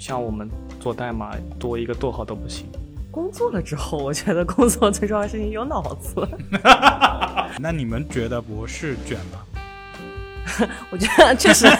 像我们做代码多一个逗号都不行。 工作了之后，我觉得工作最重要的事情有脑子。 那你们觉得博士卷吗？ 我觉得确实。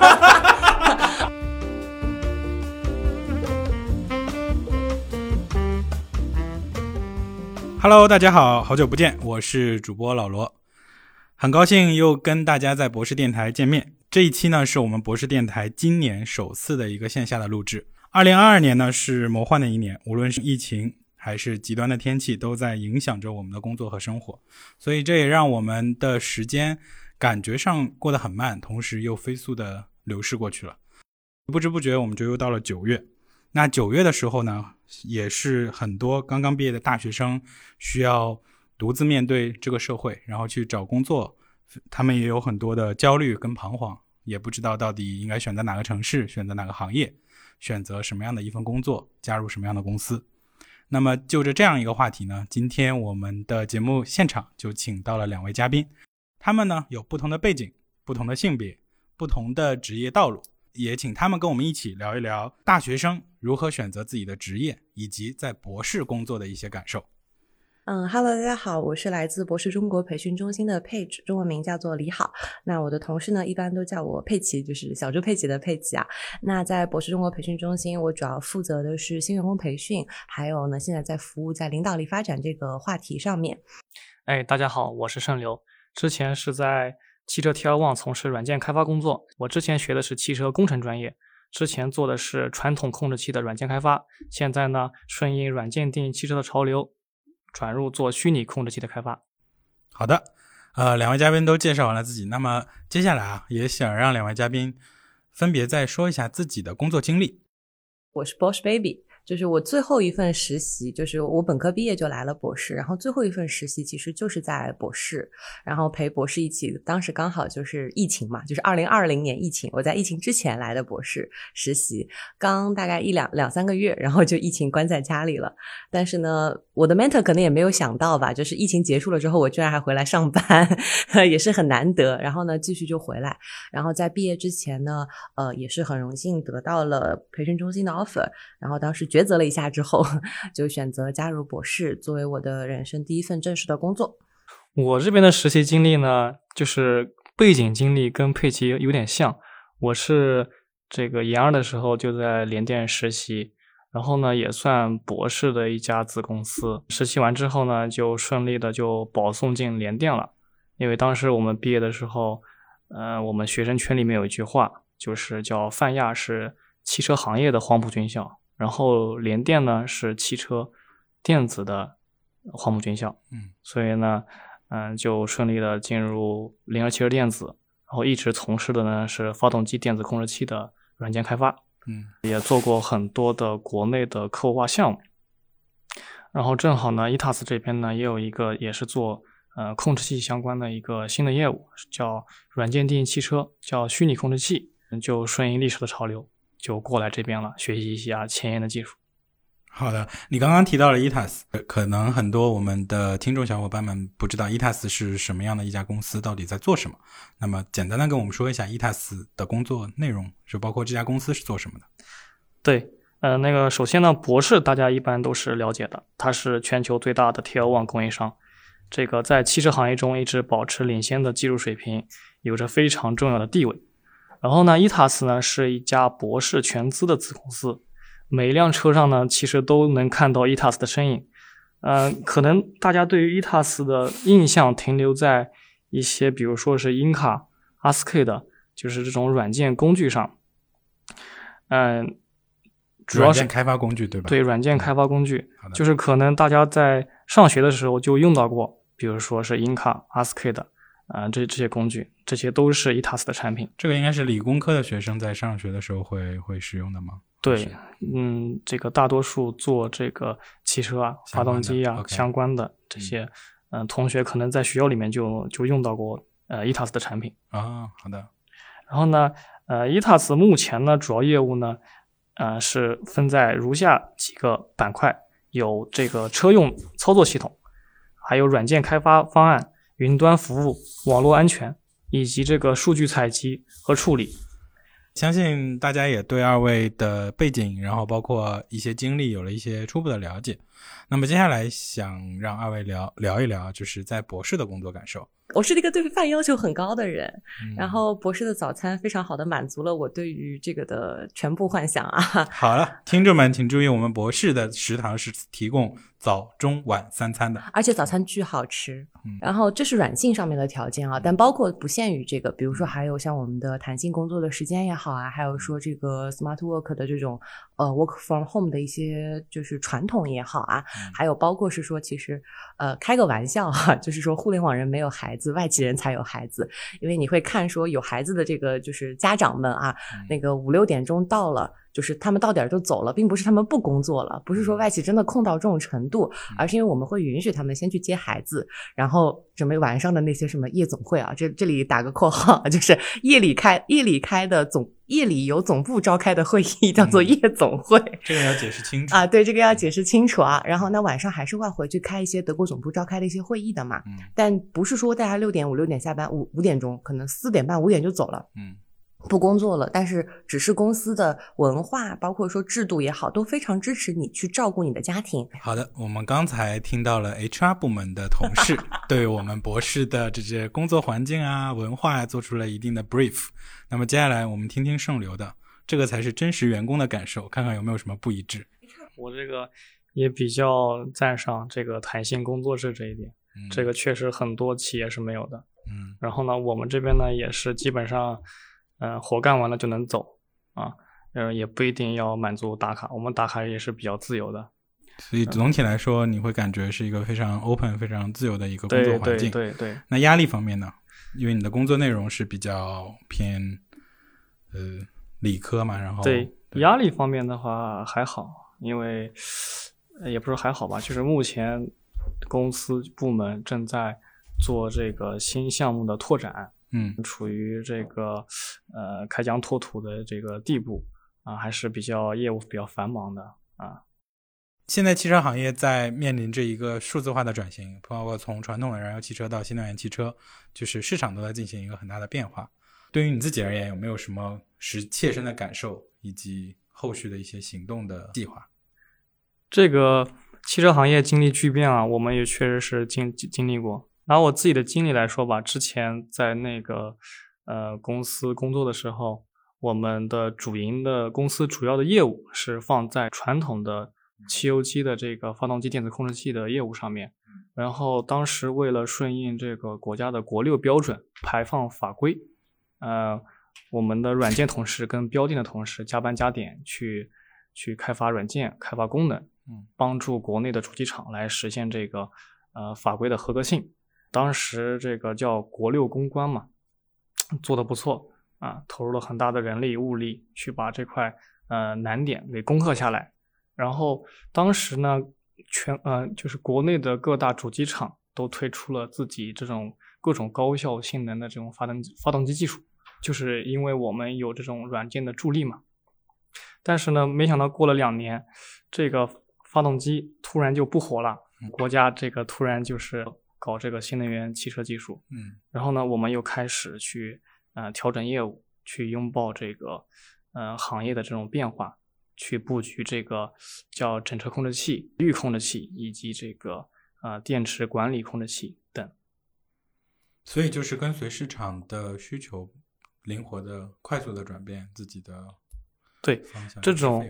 Hello， 大家好，好久不见，我是主播老罗，很高兴又跟大家在博士电台见面。这一期呢，是我们博士电台今年首次的一个线下的录制。2022年呢，是魔幻的一年，无论是疫情还是极端的天气，都在影响着我们的工作和生活，所以这也让我们的时间感觉上过得很慢，同时又飞速的流逝过去了。不知不觉我们就又到了9月。那9月的时候呢，也是很多刚刚毕业的大学生需要独自面对这个社会，然后去找工作，他们也有很多的焦虑跟彷徨，也不知道到底应该选择哪个城市，选择哪个行业，选择什么样的一份工作，加入什么样的公司。那么就着这样一个话题呢，今天我们的节目现场就请到了2位嘉宾，他们呢有不同的背景，不同的性别，不同的职业道路，也请他们跟我们一起聊一聊大学生如何选择自己的职业，以及在博士工作的一些感受。 Hello， 大家好，我是来自博士中国培训中心的佩芷，中文名叫做李好。那我的同事呢，一般都叫我佩奇，就是小猪佩奇的佩奇啊。那在博士中国培训中心，我主要负责的是新员工培训，还有呢，现在在服务在领导力发展这个话题上面。 大家好，我是盛流，之前是在汽车 Tier 1从事软件开发工作。我之前学的是汽车工程专业，之前做的是传统控制器的软件开发，现在呢，顺应软件定义汽车的潮流，转入做虚拟控制器的开发。 好的，2位嘉宾都介绍完了自己，那么接下来也想让2位嘉宾分别再说一下自己的工作经历。 我是 Boss Baby， 就是我最后一份实习，就是我本科毕业就来了博士，然后最后一份实习其实就是在博士，然后陪博士一起，当时刚好就是疫情嘛，就是2020年疫情，我在疫情之前来的博士实习，刚大概两三个月，然后就疫情关在家里了。但是呢，我的 mentor 可能也没有想到吧，就是疫情结束了之后，我居然还回来上班，也是很难得。然后呢，继续就回来，然后在毕业之前呢，也是很荣幸得到了培训中心的 offer， 然后当时抉择了一下之后，就选择加入博士，作为我的人生第一份正式的工作。 我这边的实习经历呢，就是背景经历跟佩奇有点像。我是这个研2的时候就在联电实习，然后呢也算博士的一家子公司。实习完之后呢，就顺利的就保送进联电了。因为当时我们毕业的时候，我们学生圈里面有一句话，就是叫泛亚是汽车行业的黄埔军校，然后联电呢是汽车电子的黄埔军校。所以呢就顺利的进入02汽车电子，然后一直从事的呢是发动机电子控制器的软件开发。也做过很多的国内的客户化项目。然后正好呢 ETAS 这边呢也有一个也是做控制器相关的一个新的业务，叫软件定义汽车，叫虚拟控制器，就顺应历史的潮流就过来这边了，学习一下前沿的技术。 好的，你刚刚提到了 ETAS， 可能很多我们的听众小伙伴们不知道 ETAS 是什么样的一家公司，到底在做什么。那么简单的跟我们说一下 ETAS 的工作内容，就包括这家公司是做什么的。 对，那个首先呢，博士大家一般都是了解的，它是全球最大的 Tier 1供应商，这个在汽车行业中一直保持领先的技术水平，有着非常重要的地位。然后呢 ETAS 呢是一家博士全资的子公司，每一辆车上呢其实都能看到 ETAS 的身影。可能大家对于 ETAS 的印象停留在一些比如说是英卡、ASCII 的，就是这种软件工具上。主要是软件开发工具对吧？ 对，软件开发工具，就是可能大家在上学的时候就用到过，比如说是英卡、ASCII 的这些工具，这些都是 ETAS 的产品。 这个应该是理工科的学生在上学的时候会使用的吗？ 对，这个大多数做这个汽车发动机相关的这些同学可能在学校里面就用到过ETAS 的产品。 好的。 然后呢ETAS 目前呢主要业务呢是分在如下几个板块，有这个车用操作系统，还有软件开发方案、云端服务、网络安全，以及这个数据采集和处理。 相信大家也对二位的背景，然后包括一些经历有了一些初步的了解。那么接下来想让二位聊一聊，就是在博士的工作感受。 我是一个对饭要求很高的人，然后博士的早餐非常好的满足了我对于这个的全部幻想啊。 好了，听众们请注意，我们博士的食堂是提供早中晚三餐的， 而且早餐巨好吃。然后这是软性上面的条件啊，但包括不限于这个，比如说还有像我们的弹性工作的时间也好啊，还有说这个 smart work 的这种work from home 的一些就是传统也好啊，还有包括是说其实开个玩笑哈，就是说互联网人没有孩子，外企人才有孩子，因为你会看说有孩子的这个就是家长们啊，那个5、6点钟到了，就是他们到点就走了，并不是他们不工作了，不是说外企真的空到这种程度，而是因为我们会允许他们先去接孩子，然后准备晚上的那些什么夜总会啊，这里打个括号，就是夜里有总部召开的会议叫做夜总会， 这个要解释清楚啊，对，这个要解释清楚啊。然后那晚上还是会回去开一些德国总部召开的一些会议的嘛，但不是说大家6点5、6点下班，5点钟可能4点半5点就走了，不工作了，但是只是公司的文化包括说制度也好都非常支持你去照顾你的家庭。 好的，我们刚才听到了 HR 部门的同事对我们博士的这些工作环境啊文化啊做出了一定的 brief， 那么接下来我们听听盛流的，这个才是真实员工的感受，看看有没有什么不一致。 我这个也比较赞赏这个弹性工作制这一点，这个确实很多企业是没有的。然后呢我们这边呢也是基本上活干完了就能走啊，也不一定要满足打卡，我们打卡也是比较自由的。 所以总体来说你会感觉是一个非常 open 非常自由的一个工作环境。 对。 那压力方面呢？因为你的工作内容是比较偏理科嘛，然后对压力方面的话还好，因为也不是还好吧，就是目前公司部门正在做这个新项目的拓展，处于这个开疆拓土的这个地步啊，还是业务比较繁忙的啊。 现在汽车行业在面临着一个数字化的转型，包括从传统的燃油汽车到新能源汽车，就是市场都在进行一个很大的变化。对于你自己而言，有没有什么切身的感受以及后续的一些行动的计划？ 这个汽车行业经历巨变啊，我们也确实是经历过。拿我自己的经历来说吧，之前在那个公司工作的时候，我们的主营的公司主要的业务是放在传统的汽油机的这个发动机电子控制器的业务上面，然后当时为了顺应这个国家的国6标准排放法规，我们的软件同事跟标定的同事加班加点去开发软件开发功能，帮助国内的主机厂来实现这个法规的合格性。当时这个叫国6攻关嘛，做得不错啊，投入了很大的人力物力去把这块难点给攻克下来。然后当时呢就是国内的各大主机厂都推出了自己这种各种高效性能的这种发动机技术，就是因为我们有这种软件的助力嘛。但是呢没想到过了2年，这个发动机突然就不火了，国家这个突然就是搞这个新能源汽车技术，然后呢我们又开始去调整业务，去拥抱这个行业的这种变化，去布局这个叫整车控制器、滤控制器以及这个电池管理控制器等。 所以就是跟随市场的需求，灵活的、快速的转变自己的对这种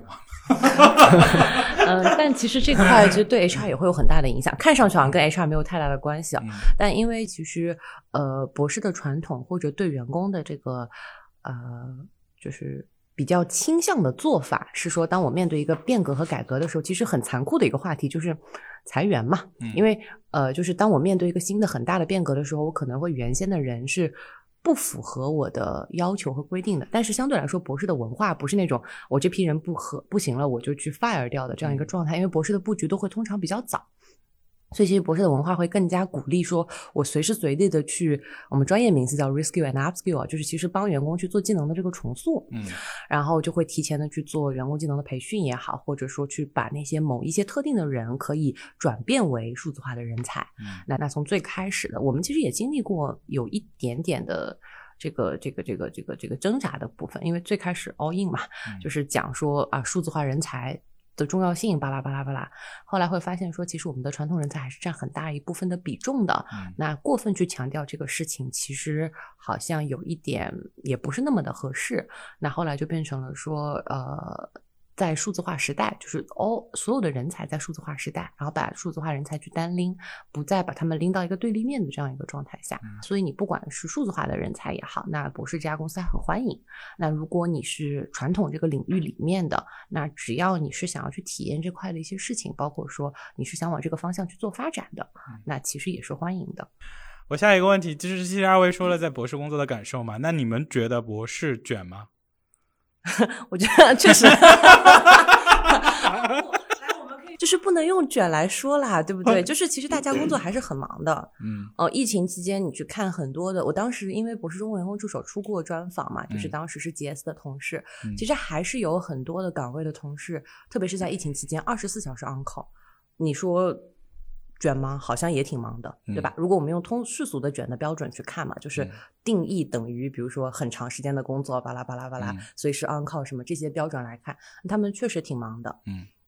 但其实这块其实对 HR 也会有很大的影响，看上去好像跟 HR 没有太大的关系啊，但因为其实博士的传统或者对员工的这个就是比较倾向的做法是说，当我面对一个变革和改革的时候，其实很残酷的一个话题就是裁员嘛，因为就是当我面对一个新的很大的变革的时候，我可能会原先的人是不符合我的要求和规定的，但是相对来说博士的文化不是那种我这批人不行了我就去 fire 掉的这样一个状态，因为博士的布局都会通常比较早，所以其实博士的文化会更加鼓励说我随时随地的去，我们专业名词叫 reskill and upskill， 就是其实帮员工去做技能的这个重塑，然后就会提前的去做员工技能的培训也好，或者说去把那些某一些特定的人可以转变为数字化的人才，那从最开始的我们其实也经历过有一点点的这个挣扎的部分，因为最开始 all in 嘛，就是讲说啊数字化人才的重要性，巴拉巴拉巴拉。后来会发现说，其实我们的传统人才还是占很大一部分的比重的。那过分去强调这个事情，其实好像有一点也不是那么的合适。那后来就变成了说，在数字化时代，就是所有的人才在数字化时代，然后把数字化人才去单拎，不再把他们拎到一个对立面的这样一个状态下。所以你不管是数字化的人才也好，那博士这家公司还很欢迎。那如果你是传统这个领域里面的，那只要你是想要去体验这块的一些事情，包括说你是想往这个方向去做发展的，那其实也是欢迎的。 我下一个问题就是其实二位说了在博士工作的感受嘛，那你们觉得博士卷吗？ 我觉得确实就是不能用卷来说啦，对不对？就是其实大家工作还是很忙的。疫情期间你去看很多的，我当时因为博士中国员工助手出过专访嘛，就是当时是 GS 的同事，其实还是有很多的岗位的同事，特别是在疫情期间24小时 on call， 你说卷吗？好像也挺忙的，对吧？如果我们用世俗的卷的标准去看嘛，就是定义等于比如说很长时间的工作巴拉巴拉巴拉，随时 on call 什么这些标准来看，他们确实挺忙的。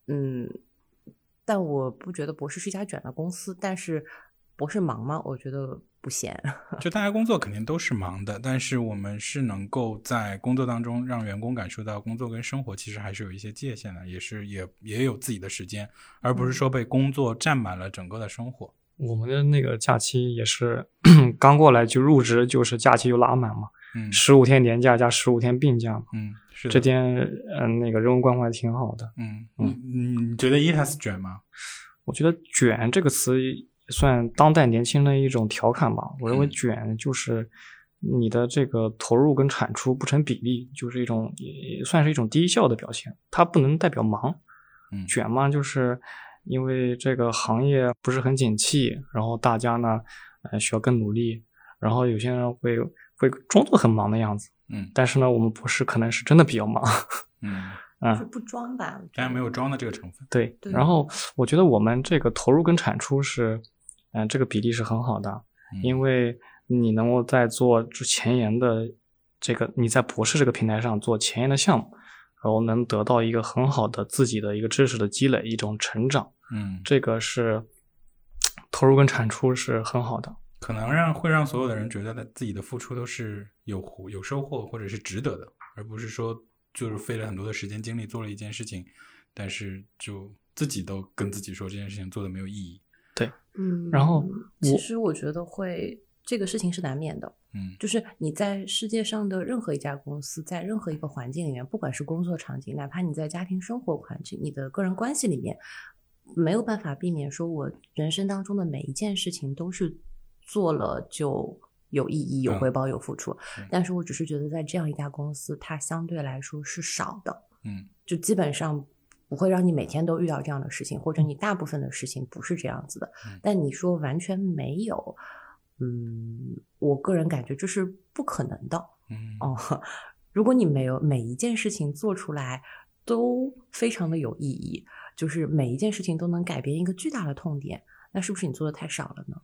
但我不觉得博士是一家卷的公司，但是博士忙吗？我觉得不闲。 就大家工作肯定都是忙的，但是我们是能够在工作当中让员工感受到工作跟生活其实还是有一些界限的，也有自己的时间，而不是说被工作占满了整个的生活。 我们的那个假期也是刚过来就入职，就是假期就拉满嘛，15天年假加15天病假嘛。 是的。 这点那个人文关怀挺好的。 你觉得 ETAS 卷吗？ 我觉得卷这个词算当代年轻人的一种调侃吧。我认为卷就是你的这个投入跟产出不成比例，就是一种也算是一种低效的表现，它不能代表忙。卷嘛，就是因为这个行业不是很景气，然后大家呢需要更努力，然后有些人会装作很忙的样子。但是呢我们博士可能是真的比较忙。 是不装吧， 当然没有装的这个成分。 对，然后我觉得我们这个投入跟产出是这个比例是很好的。因为你能够在做前沿的这个，你在博士这个平台上做前沿的项目，然后能得到一个很好的自己的一个知识的积累，一种成长。这个是投入跟产出是很好的， 可能会让所有的人觉得自己的付出都是有收获或者是值得的，而不是说就是费了很多的时间精力做了一件事情，但是就自己都跟自己说这件事情做的没有意义。 对，然后其实我觉得这个事情是难免的。就是你在世界上的任何一家公司，在任何一个环境里面，不管是工作场景，哪怕你在家庭生活环境，你的个人关系里面，没有办法避免说我人生当中的每一件事情都是做了就有意义、有回报、有付出。但是我只是觉得在这样一家公司，它相对来说是少的。就基本上不会让你每天都遇到这样的事情，或者你大部分的事情不是这样子的。但你说完全没有，我个人感觉这是不可能的。如果你没有每一件事情做出来都非常的有意义，就是每一件事情都能改变一个巨大的痛点，那是不是你做的太少了呢？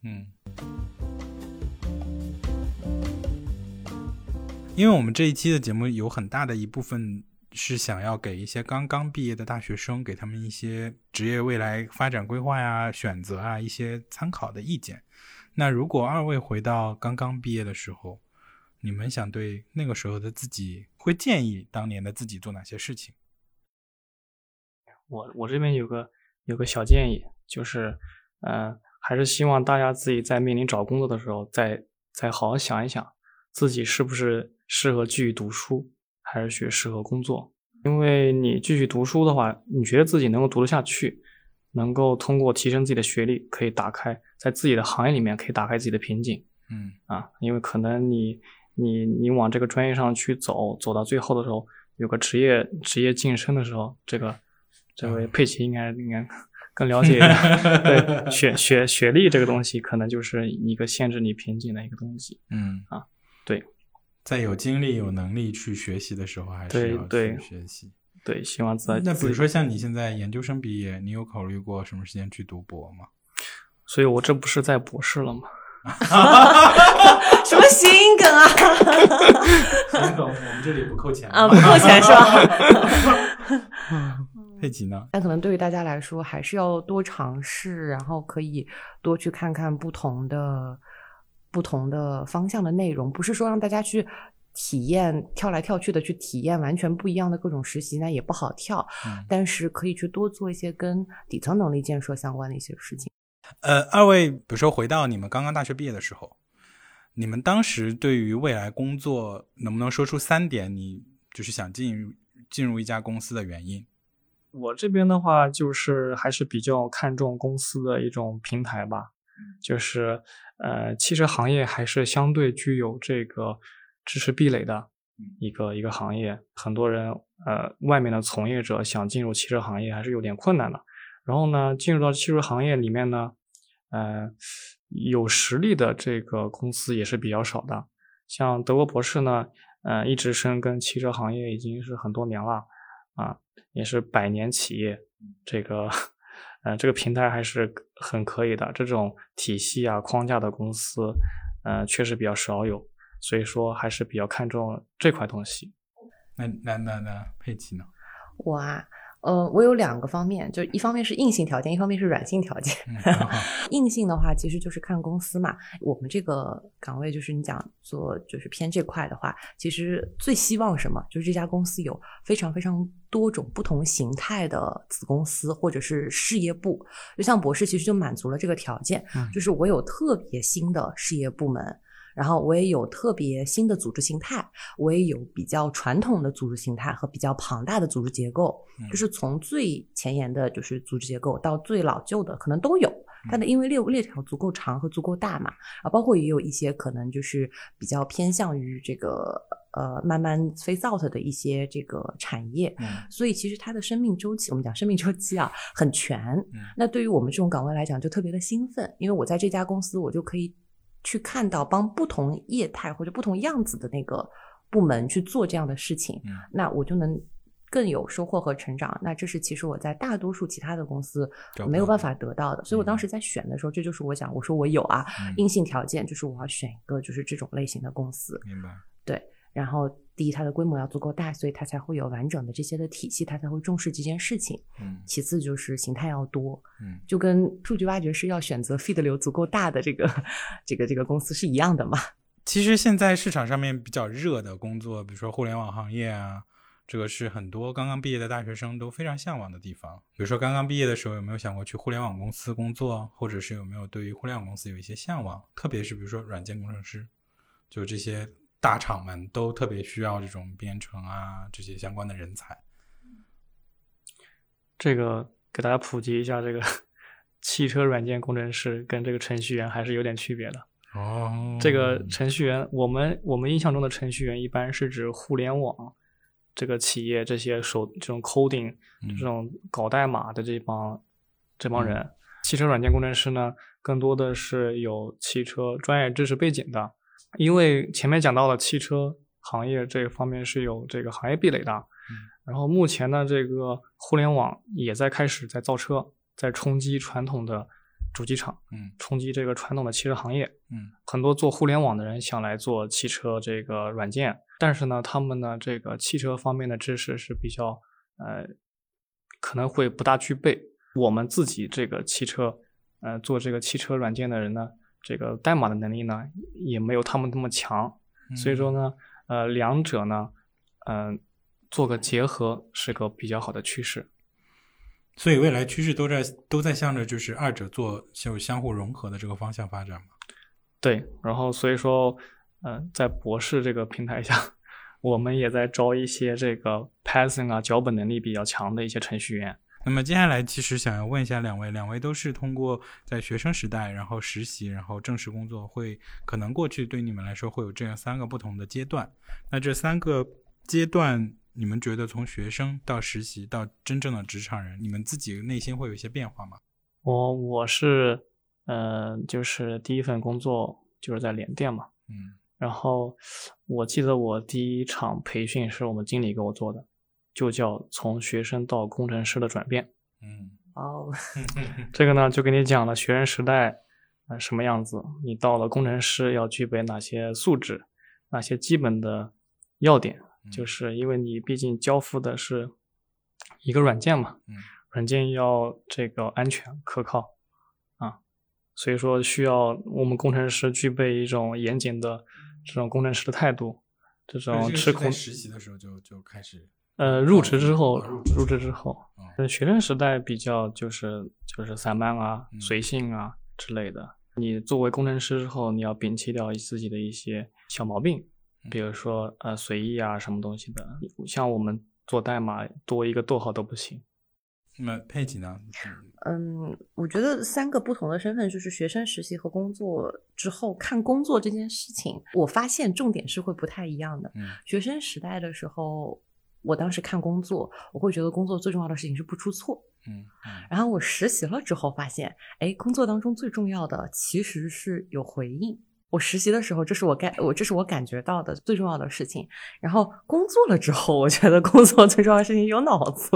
因为我们这一期的节目有很大的一部分是想要给一些刚刚毕业的大学生，给他们一些职业未来发展规划呀、选择啊一些参考的意见。那如果二位回到刚刚毕业的时候，你们想对那个时候的自己会建议当年的自己做哪些事情？ 我这边有个小建议，就是还是希望大家自己在面临找工作的时候再好好想一想，自己是不是适合继续读书，还是适合工作。因为你继续读书的话，你觉得自己能够读得下去，能够通过提升自己的学历，可以打开在自己的行业里面可以打开自己的瓶颈。因为可能你往这个专业上去走到最后的时候，有个职业晋升的时候，这位佩奇应该更了解一点。对，学历这个东西可能就是一个限制你瓶颈的一个东西。对， 在有精力有能力去学习的时候，还是要去学习。 对，希望自己。 那比如说像你现在研究生毕业，你有考虑过什么时间去读博吗？ 所以我这不是在博士了吗？ 什么谐音梗啊？ 谐音梗我们这里不扣钱啊，不扣钱是吧？ 佩奇呢？ 但可能对于大家来说，还是要多尝试，然后可以多去看看不同的方向的内容，不是说让大家去体验跳来跳去的去体验完全不一样的各种实习，那也不好跳。但是可以去多做一些跟底层能力建设相关的一些事情。 二位比如说回到你们刚刚大学毕业的时候，你们当时对于未来工作能不能说出3点你就是想进入一家公司的原因？ 我这边的话就是还是比较看重公司的一种平台吧，就是汽车行业还是相对具有这个知识壁垒的一个行业，很多人外面的从业者想进入汽车行业还是有点困难的。然后呢，进入到汽车行业里面呢，有实力的这个公司也是比较少的。像德国博士呢，一直深耕汽车行业已经是很多年了啊，也是100年企业，这个平台还是很可以的。这种体系啊框架的公司，确实比较少有，所以说还是比较看重这块东西。 那佩奇呢？ 我啊。我有2个方面，就一方面是硬性条件，一方面是软性条件。硬性的话其实就是看公司嘛，我们这个岗位就是你讲做就是偏这块的话，其实最希望什么，就是这家公司有非常非常多种不同形态的子公司或者是事业部。就像博士其实就满足了这个条件，就是我有特别新的事业部门，然后我也有特别新的组织形态，我也有比较传统的组织形态和比较庞大的组织结构，就是从最前沿的就是组织结构到最老旧的可能都有。它的因为链条足够长和足够大嘛，包括也有一些可能就是比较偏向于这个慢慢 phase out 的一些这个产业，所以其实它的生命周期，我们讲生命周期啊很全。那对于我们这种岗位来讲就特别的兴奋，因为我在这家公司我就可以去看到帮不同业态或者不同样子的那个部门去做这样的事情，那我就能更有收获和成长。那这是其实我在大多数其他的公司没有办法得到的，所以我当时在选的时候，这就是我说我有硬性条件，就是我要选一个就是这种类型的公司。 明白。 对，然后第一它的规模要足够大，所以它才会有完整的这些的体系，它才会重视这件事情。其次就是形态要多，就跟数据挖掘师要选择 feed 流足够大的这个公司是一样的嘛。 其实现在市场上面比较热的工作，比如说互联网行业啊，这个是很多刚刚毕业的大学生都非常向往的地方。比如说刚刚毕业的时候有没有想过去互联网公司工作，或者是有没有对于互联网公司有一些向往，特别是比如说软件工程师，就这些大厂们都特别需要这种编程啊这些相关的人才。 这个给大家普及一下，这个汽车软件工程师跟这个程序员还是有点区别的。这个程序员，我们印象中的程序员一般是指互联网这个企业这些这种 coding 这种搞代码的这帮人。汽车软件工程师呢，更多的是有汽车专业知识背景的，因为前面讲到了汽车行业这个方面是有这个行业壁垒的。然后目前呢，这个互联网也开始在造车，在冲击传统的主机厂，冲击这个传统的汽车行业。很多做互联网的人想来做汽车这个软件，但是呢，他们呢这个汽车方面的知识是比较可能会不大具备。我们自己这个汽车做这个汽车软件的人呢，这个代码的能力呢也没有他们那么强，所以说呢两者呢做个结合是个比较好的趋势。 所以未来趋势都在向着就是二者就相互融合的这个方向发展嘛。 对，然后所以说在博士这个平台下，我们也在招一些这个 Python 啊脚本能力比较强的一些程序员。 那么接下来其实想要问一下两位都是通过在学生时代然后实习然后正式工作，会可能过去对你们来说会有这样3个不同的阶段，那这3个阶段你们觉得从学生到实习到真正的职场人，你们自己内心会有一些变化吗？ 我是就是第一份工作就是在联电嘛，然后我记得我第一场培训是我们经理给我做的，就叫从学生到工程师的转变。这个呢就跟你讲了学生时代什么样子，你到了工程师要具备哪些素质，哪些基本的要点，就是因为你毕竟交付的是一个软件嘛，软件要这个安全可靠啊，所以说需要我们工程师具备一种严谨的这种工程师的态度，这种吃苦。 实习的时候就开始。 入职之后，学生时代比较就是散漫啊、随性啊之类的。你作为工程师之后，你要摒弃掉自己的一些小毛病，比如说随意啊什么东西的。像我们做代码，多一个逗号都不行。 那么佩奇呢？ 我觉得3个不同的身份，就是学生实习和工作之后看工作这件事情，我发现重点是会不太一样的。学生时代的时候，我当时看工作，我会觉得工作最重要的事情是不出错。然后我实习了之后发现，工作当中最重要的其实是有回应。我实习的时候，这是我感觉到的最重要的事情。然后工作了之后，我觉得工作最重要的事情有脑子。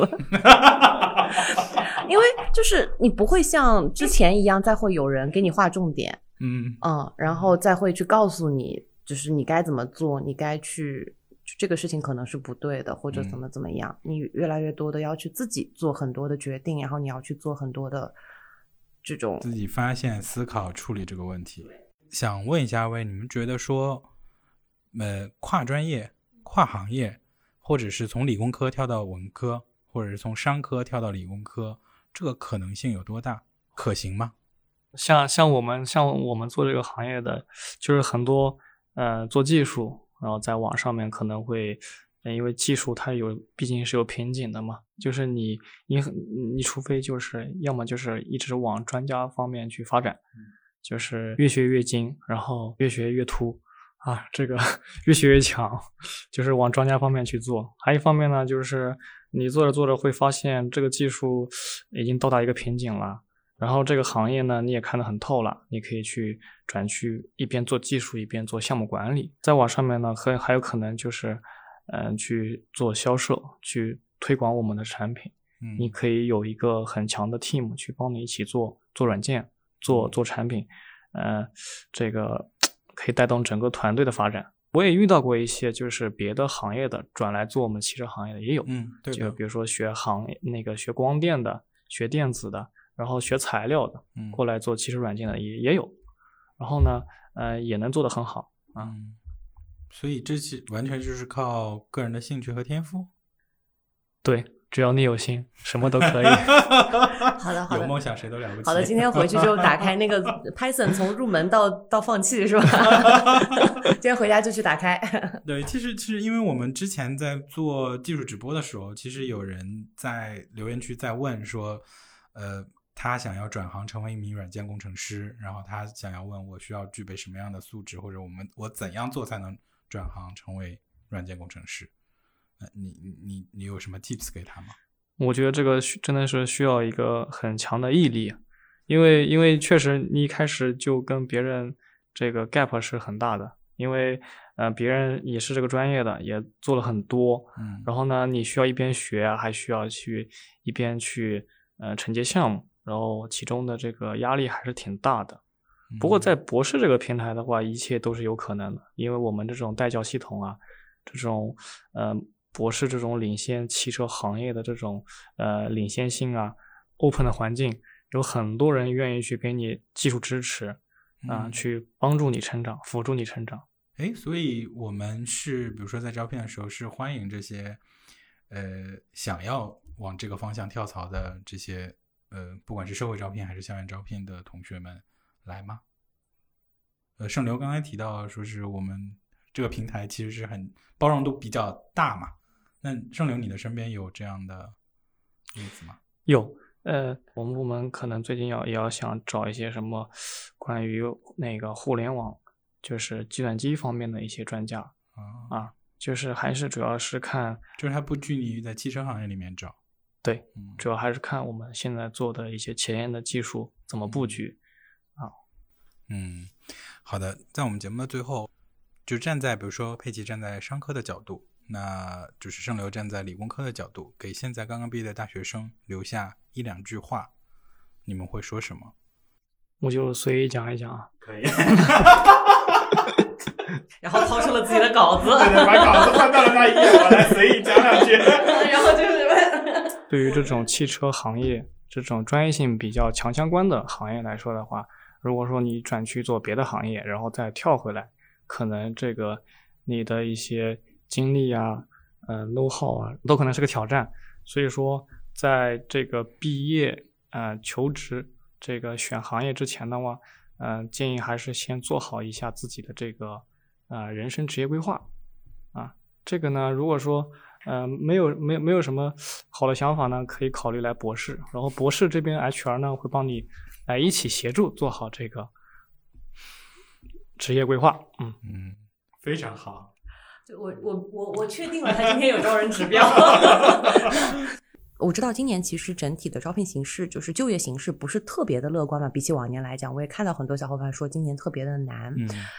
因为就是你不会像之前一样再会有人给你划重点，然后再会去告诉你就是你该怎么做，你该去这个事情可能是不对的，或者怎么样，你越来越多的要去自己做很多的决定，然后你要去做很多的这种自己发现、思考、处理这个问题。想问一下你们觉得说跨专业、跨行业，或者是从理工科跳到文科，或者是从商科跳到理工科，这个可能性有多大？可行吗？ 像我们做这个行业的，就是很多做技术，然后在网上面可能会因为技术它毕竟是有瓶颈的嘛，就是你除非就是要么就是一直往专家方面去发展，就是越学越精，然后越学越突啊，这个越学越强，就是往专家方面去做。还一方面呢，就是你做着做着会发现这个技术已经到达一个瓶颈了，然后这个行业呢你也看得很透了，你可以转去一边做技术一边做项目管理。再往上面呢还有可能就是去做销售，去推广我们的产品。你可以有一个很强的 team 去帮你一起做软件，做产品，这个可以带动整个团队的发展。我也遇到过一些就是别的行业的转来做我们汽车行业的也有， 对的， 就比如说学光电的，学电子的，然后学材料的，过来做汽车软件的也有，然后呢也能做得很好啊。 所以这完全就是靠个人的兴趣和天赋。 对，只要你有心，什么都可以。 好的， 有梦想谁都了不起。 好的，今天回去就打开那个 Python， 从入门到放弃是吧？今天回家就去打开。 对，其实因为我们之前在做技术直播的时候，其实有人在留言区在问说，他想要转行成为一名软件工程师，然后他想要问我需要具备什么样的素质，或者我怎样做才能转行成为软件工程师？你有什么 tips 给他吗？ 我觉得这个真的是需要一个很强的毅力，因为确实你一开始就跟别人这个 gap 是很大的，因为别人也是这个专业的，也做了很多，然后呢你需要一边学，还需要一边去承接项目，然后其中的这个压力还是挺大的。不过在博士这个平台的话，一切都是有可能的，因为我们这种带教系统啊，这种博士这种领先汽车行业的这种领先性啊 open 的环境，有很多人愿意去给你技术支持去帮助你成长，辅助你成长。 所以我们是比如说在招聘的时候是欢迎这些想要往这个方向跳槽的这些不管是社会招聘还是校园招聘的同学们来吗？盛流刚才提到说是我们这个平台其实是很包容度比较大嘛，那盛流你的身边有这样的例子吗？ 有，我们部门可能最近也要想找一些什么关于那个互联网，就是计算机方面的一些专家就是还是主要是看， 就是它不拘泥于在汽车行业里面找， 对，主要还是看我们现在做的一些前沿的技术怎么布局好的，在我们节目的最后，就站在比如说佩奇站在商科的角度，那就是盛流站在理工科的角度，给现在刚刚毕业的大学生留下1-2句话，你们会说什么？ 我就随意讲一讲啊。 可以。 然后掏出了自己的稿子， 对，把稿子翻到了那一页，我来随意讲两句。 然后就是对于这种汽车行业这种专业性比较强相关的行业来说的话，如果说你转去做别的行业，然后再跳回来，可能这个你的一些经历啊know how 啊都可能是个挑战。所以说在这个毕业求职这个选行业之前的话，建议还是先做好一下自己的这个人生职业规划啊。这个呢，如果说没有什么好的想法呢，可以考虑来博士，然后博士这边 HR 呢会帮你来一起协助做好这个职业规划。 非常好。 我确定了，他今天有招人指标。我知道今年其实整体的招聘形势，就是就业形势不是特别的乐观嘛，比起往年来讲，我也看到很多小伙伴说今年特别的难。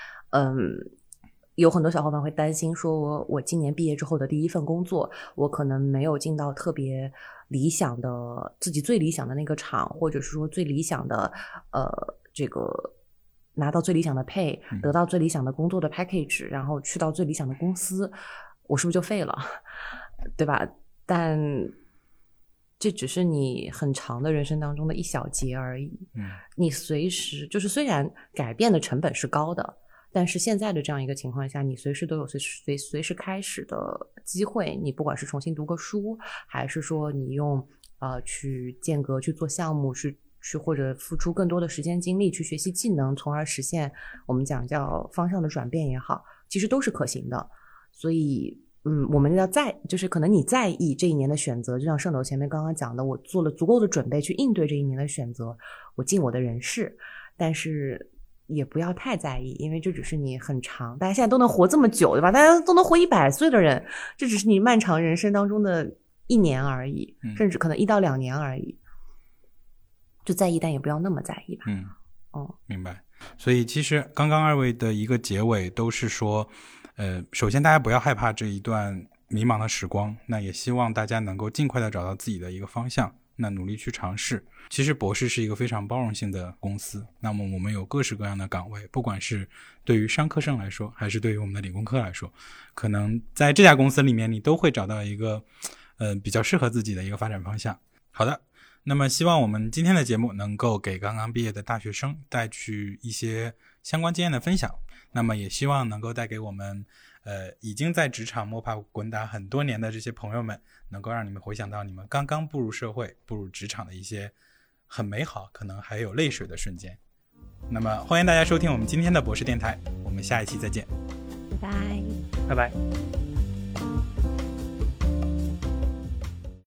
有很多小伙伴会担心说我今年毕业之后的第一份工作，我可能没有进到特别理想的自己最理想的那个厂，或者是说最理想的这个拿到最理想的pay，得到最理想的工作的 package， 然后去到最理想的公司，我是不是就废了，对吧？但这只是你很长的人生当中的一小节而已。你随时就是虽然改变的成本是高的，但是现在的这样一个情况下，你随时都有随时开始的机会。你不管是重新读个书，还是说你用去间隔去做项目，去或者付出更多的时间精力去学习技能，从而实现我们讲叫方向的转变也好，其实都是可行的。所以我们要就是可能你在意这一年的选择，就像盛斗前面刚刚讲的，我做了足够的准备去应对这一年的选择，我尽我的人事，但是也不要太在意，因为这只是你很长，大家现在都能活这么久，对吧？大家都能活100岁的人，这只是你漫长人生当中的1年而已，甚至可能1到2年而已，就在意，但也不要那么在意吧。 明白。所以其实刚刚二位的一个结尾都是说首先大家不要害怕这一段迷茫的时光，那也希望大家能够尽快的找到自己的一个方向，那努力去尝试。其实博士是一个非常包容性的公司，那么我们有各式各样的岗位，不管是对于商科生来说，还是对于我们的理工科来说，可能在这家公司里面你都会找到一个比较适合自己的一个发展方向。好的，那么希望我们今天的节目能够给刚刚毕业的大学生带去一些相关经验的分享，那么也希望能够带给我们已经在职场摸爬滚打很多年的这些朋友们，能够让你们回想到你们刚刚步入社会步入职场的一些很美好可能还有泪水的瞬间。那么欢迎大家收听我们今天的博士电台，我们下一期再见， 拜拜。 拜拜。